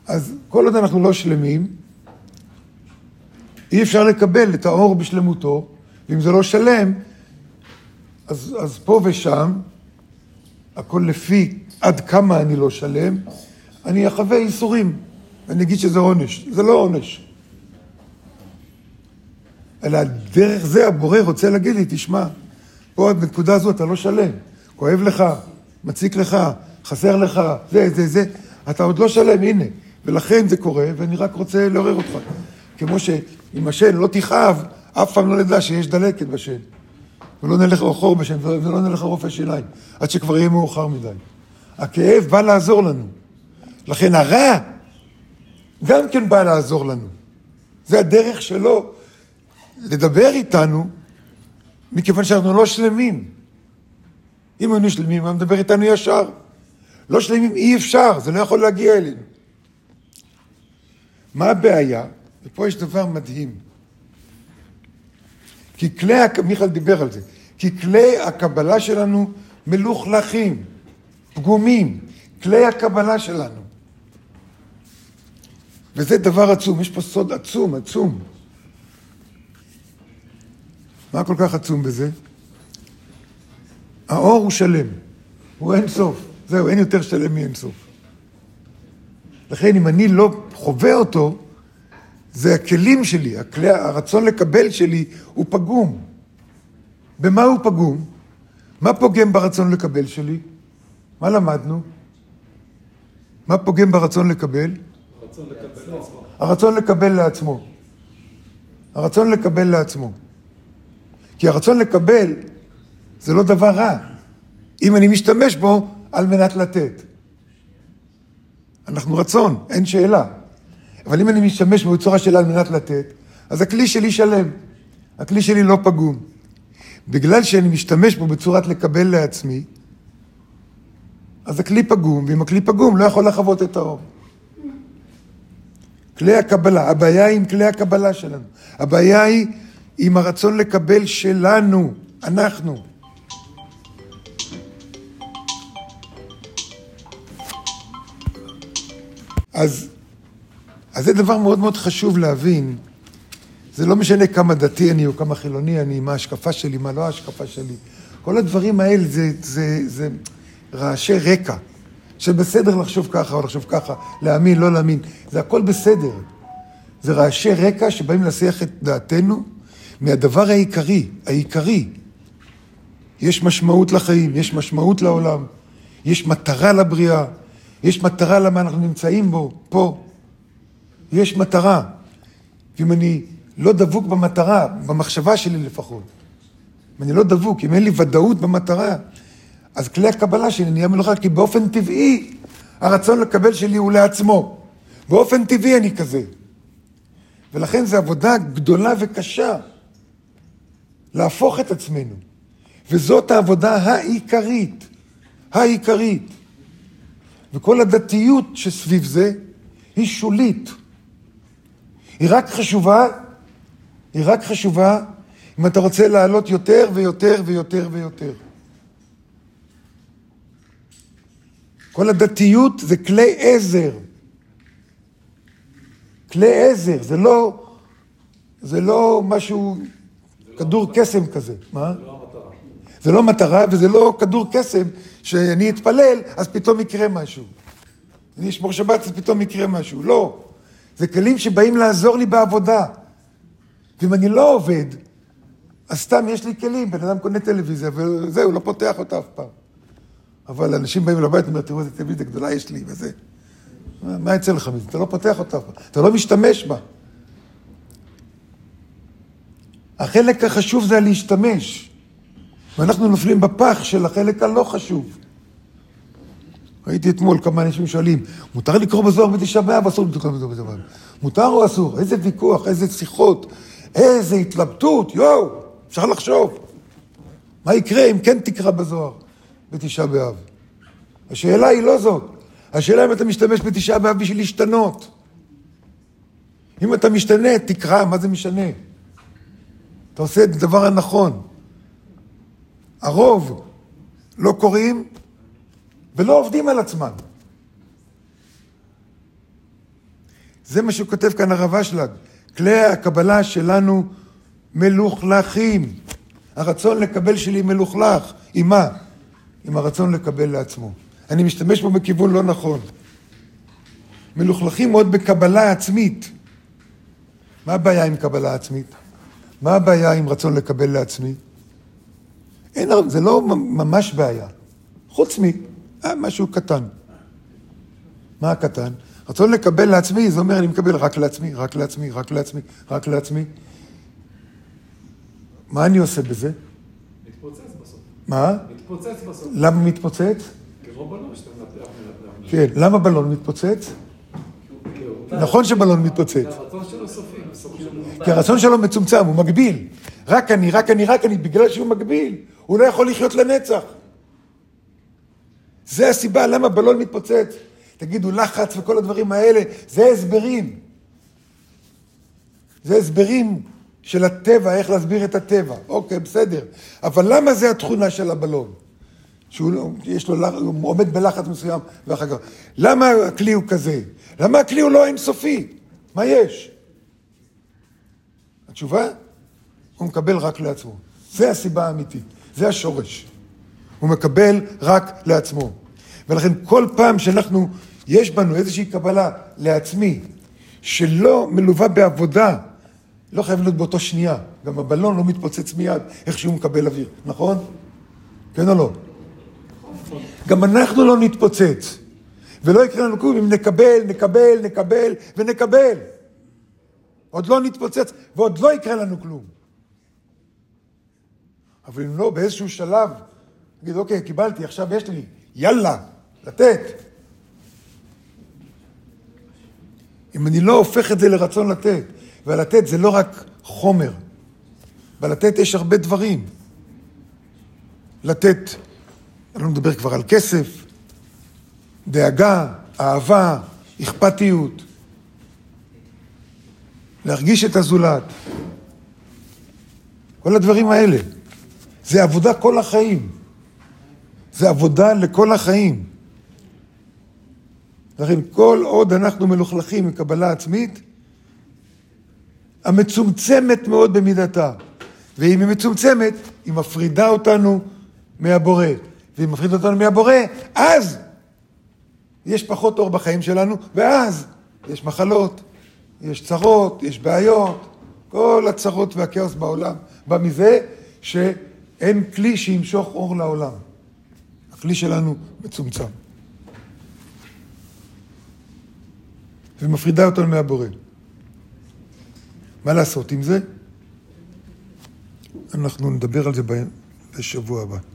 אז כל עוד אנחנו לא שלמים, אי אפשר לקבל את האור בשלמותו, ואם זה לא שלם, אז פה ושם, הכל לפי עד כמה אני לא שלם, אני אחווה איסורים, ואני אגיד שזה עונש. זה לא עונש. אלא דרך זה הבורא רוצה להגיד לי, תשמע, פה עד נקודה הזו אתה לא שלם, כואב לך, מציק לך, חסר לך, זה, אתה עוד לא שלם, הנה. ולכן זה קורה, ואני רק רוצה לעורר אותך. כמו שאם השן לא תכאב, אף פעם לא נדע שיש דלקת בשן. ולא נלך רחור בשן, ולא נלך רופא שיניים, עד שכבר יהיה מאוחר מדי. הכאב בא לעזור לנו. לכן הרע גם כן בא לעזור לנו. זה הדרך שלו לדבר איתנו, מכיוון שאנחנו לא שלמים. אם היינו שלמים, הוא מדבר איתנו ישר. לא שלמים אי אפשר, זה לא יכול להגיע אלינו. מה הבעיה? ופה יש דבר מדהים. כי מיכל דיבר על זה, כי כלי הקבלה שלנו מלוכלכים, פגומים, כלי הקבלה שלנו. וזה דבר עצום, יש פה סוד עצום, עצום. מה כל כך עצום בזה? האור הוא שלם, הוא אין סוף. זהו, אין יותר שלם מאין סוף. לכן אם אני לא חווה אותו, זה הכלים שלי, הרצון לקבל שלי הוא פגום. במה הוא פגום? מה פוגם ברצון לקבל שלי? מה למדנו? מה פוגם ברצון לקבל? הרצון לקבל לעצמו. הרצון לקבל לעצמו. כי הרצון לקבל זה לא דבר רע. אם אני משתמש בו על מנת לתת. אנחנו רצון, אין שאלה. אבל אם אני משתמש בצורה שלה על מנת לתת, אז הכלי שלי שלם. הכלי שלי לא פגום. בגלל שאני משתמש בו בצורת לקבל לעצמי, אז הכלי פגום, ואם הכלי פגום לא יכול לחוות את האור. כלי הקבלה, הבעיה היא עם כלי הקבלה שלנו. הבעיה היא עם הרצון לקבל שלנו, אנחנו. אז זה דבר מאוד מאוד חשוב להבין. זה לא משנה כמה דתי אני או כמה חילוני אני, מה ההשקפה שלי, מה לא ההשקפה שלי. כל הדברים האלה זה רעשי רקע. שבסדר לחשוב ככה או לחשוב ככה, להאמין, לא להאמין. זה הכל בסדר. זה רעשי רקע שבאים להסיח את דעתנו מהדבר העיקרי. יש משמעות לחיים, יש משמעות לעולם, יש מטרה לבריאה, יש מטרה למה אנחנו נמצאים בו, פה. יש מטרה. ואם אני לא דבוק במטרה, במחשבה שלי לפחות, אם אני לא דבוק, אם אין לי ודאות במטרה, אז כלי הקבלה שלי נהיה מלוכלך, כי באופן טבעי, הרצון לקבל שלי הוא לעצמו. באופן טבעי אני כזה. ולכן זו עבודה גדולה וקשה, להפוך את עצמנו. וזאת העבודה העיקרית. וכל הדתיות שסביב זה, היא שולית. היא רק חשובה אם אתה רוצה לעלות יותר ויותר ויותר ויותר. כל הדתיות זה כלי עזר. כלי עזר, זה לא משהו, כדור קסם כזה. מה? זה לא מטרה וזה לא כדור קסם שאני אתפלל, אז פתאום יקרה משהו. אני אשמור שבת, אז פתאום יקרה משהו. לא. זה כלים שבאים לעזור לי בעבודה. ואם אני לא עובד, אז סתם יש לי כלים. בן אדם קונה טלוויזיה, וזהו, לא פותח אותה אף פעם. אבל אנשים באים לבית, אומרים, תראו, איזה טלוויזיה גדולה יש לי, וזה. מה יצא לך מזה? אתה לא פותח אותה אף פעם. אתה לא משתמש בה. החלק החשוב זה להשתמש. ואנחנו נופלים בפח של החלק הלא חשוב. ראיתי אתמול כמה אנשים שואלים, מותר לקרוא בזוהר בתשעה באב, אסור לקרוא בזוהר בתשעה באב. מותר או אסור? איזה ויכוח, איזה שיחות, איזה התלבטות, אפשר לחשוב. מה יקרה אם כן תקרא בזוהר בתשעה באב? השאלה היא לא זאת. השאלה אם אתה משתמש בתשעה באב בשביל להשתנות. אם אתה משתנה, תקרא, מה זה משנה? אתה עושה את הדבר הנכון. הרוב לא קוראים ולא עובדים על עצמם. זה מה שכותב כאן הרב אשלג. כלי הקבלה שלנו מלוכלכים. הרצון לקבל שלי מלוכלך. עם מה? עם הרצון לקבל לעצמו. אני משתמש פה בכיוון לא נכון. מלוכלכים מאוד בקבלה עצמית. מה הבעיה עם קבלה עצמית? מה הבעיה עם רצון לקבל לעצמי? אין, זה לא ממש בעיה. חוץ משהו קטן. מה הקטן? רצון לקבל לעצמי, זה אומר אני מקבל רק לעצמי, רק לעצמי, רק לעצמי, רק לעצמי. מה אני עושה בזה? מתפוצץ בסוף. מה? מתפוצץ בסוף. למה מתפוצץ? כמו בלון שאתה מנתח. כן, למה בלון מתפוצץ? נכון שבלון מתפוצץ. הרצון שלו סופי, בסוף שלו. כי הרצון שלו מצומצם, הוא מגביל. רק אני, בגלל שהוא מגביל. הוא לא יכול לחיות לנצח. זה הסיבה למה בלון מתפוצץ. תגידו, לחץ וכל הדברים האלה, זה הסברים. זה הסברים של הטבע, איך להסביר את הטבע. אוקיי, בסדר. אבל למה זה התכונה של הבלון? שיש לו, הוא עומד בלחץ מסוים ואחר כך. למה הכלי הוא כזה? למה הכלי הוא לא אינסופי? מה יש? התשובה? הוא מקבל רק לעצמו. זה הסיבה האמיתית. זה השורש. הוא מקבל רק לעצמו. ולכן כל פעם שאנחנו, יש בנו איזושהי קבלה לעצמי, שלא מלווה בעבודה, לא חייב להיות באותו שנייה. גם הבלון לא מתפוצץ מיד, איך שהוא מקבל אוויר. נכון? כן או לא? גם אנחנו לא נתפוצץ. ולא יקרה לנו כלום אם נקבל ונקבל. עוד לא נתפוצץ ועוד לא יקרה לנו כלום. אבל אם לא, באיזשהו שלב, נגיד, אוקיי, קיבלתי, עכשיו יש לי, יאללה, לתת. אם אני לא הופך את זה לרצון לתת, ולתת זה לא רק חומר, בלתת יש הרבה דברים. לתת, אני לא מדבר כבר על כסף, דאגה, אהבה, אכפתיות, להרגיש את הזולת. כל הדברים האלה. זה עבודה כל החיים. זה עבודה לכל החיים. לכן כל עוד אנחנו מלוכלכים מקבלה עצמית, המצומצמת מאוד במידתה. ואם היא מצומצמת, היא מפרידה אותנו מהבורא. ואם מפרידה אותנו מהבורא, אז יש פחות אור בחיים שלנו, ואז יש מחלות, יש צרות, יש בעיות. כל הצרות והכאוס בעולם בא מזה שאין כלי שימשוך אור לעולם. הכלי שלנו מצומצם. ומפרידה אותנו מהבורא. מה לעשות עם זה? אנחנו נדבר על זה בשבוע הבא.